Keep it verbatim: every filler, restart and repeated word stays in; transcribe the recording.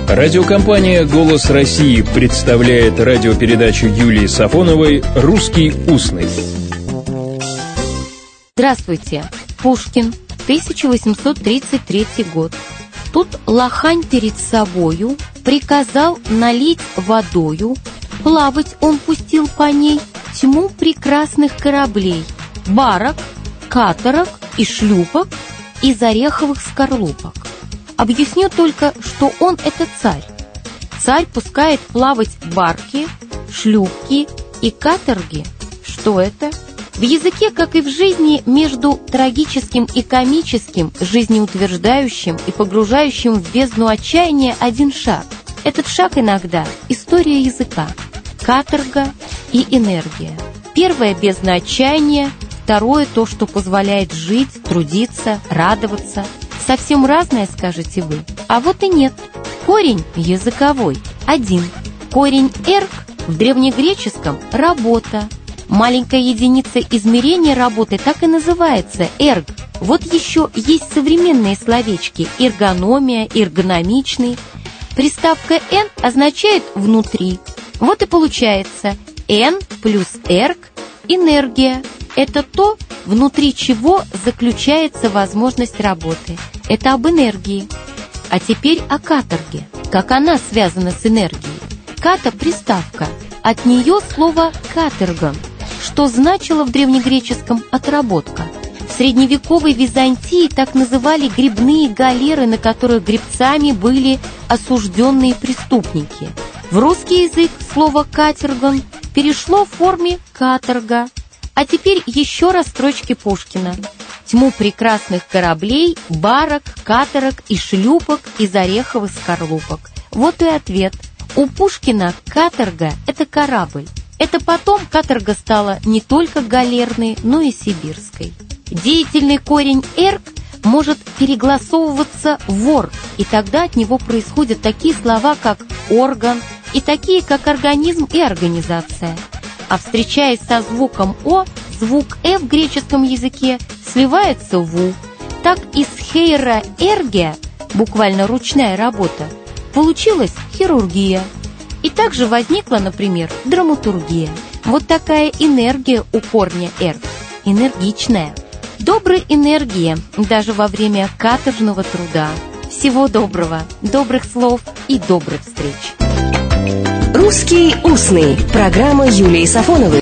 Радиокомпания «Голос России» представляет радиопередачу Юлии Сафоновой «Русский устный». Здравствуйте. Пушкин, тысяча восемьсот тридцать третий год. Тут лохань перед собою приказал налить водою, плавать он пустил по ней тьму прекрасных кораблей, барок, каторок и шлюпок из ореховых скорлупок. Объясню только, что он — это царь. Царь пускает плавать барки, шлюпки и каторги. Что это? В языке, как и в жизни, между трагическим и комическим, жизнеутверждающим и погружающим в бездну отчаяния один шаг. Этот шаг иногда — история языка, каторга и энергия. Первое — бездна отчаяния, второе — то, что позволяет жить, трудиться, радоваться. Совсем разное, скажете вы. А вот и нет. Корень языковой один. Корень «эрг» в древнегреческом — «работа». Маленькая единица измерения работы так и называется — «эрг». Вот еще есть современные словечки — эргономия, эргономичный. Приставка «н» означает «внутри». Вот и получается «н» плюс «эрг» — энергия. Это то, внутри чего заключается возможность работы. Это об энергии. А теперь о каторге. Как она связана с энергией? Ката — приставка. От нее слово «катергон», что значило в древнегреческом «отработка». В средневековой Византии так называли гребные галеры, на которых гребцами были осужденные преступники. В русский язык слово «катергон» перешло в форме «каторга». А теперь еще раз строчки Пушкина. Тьму прекрасных кораблей, барок, каторок и шлюпок из ореховых скорлупок. Вот и ответ. У Пушкина каторга — это корабль. Это потом каторга стала не только галерной, но и сибирской. Деятельный корень «эрг» может перегласовываться в «орг», и тогда от него происходят такие слова, как «орган», и такие, как «организм» и «организация». А встречаясь со звуком «о», звук «э» в греческом языке сливается в «у». Так из «хейра эргия», буквально ручная работа, получилась хирургия. И также возникла, например, драматургия. Вот такая энергия у корня «эрг», энергичная. Доброй энергии даже во время каторжного труда. Всего доброго, добрых слов и добрых встреч. «Русский устный». Программа Юлии Сафоновой.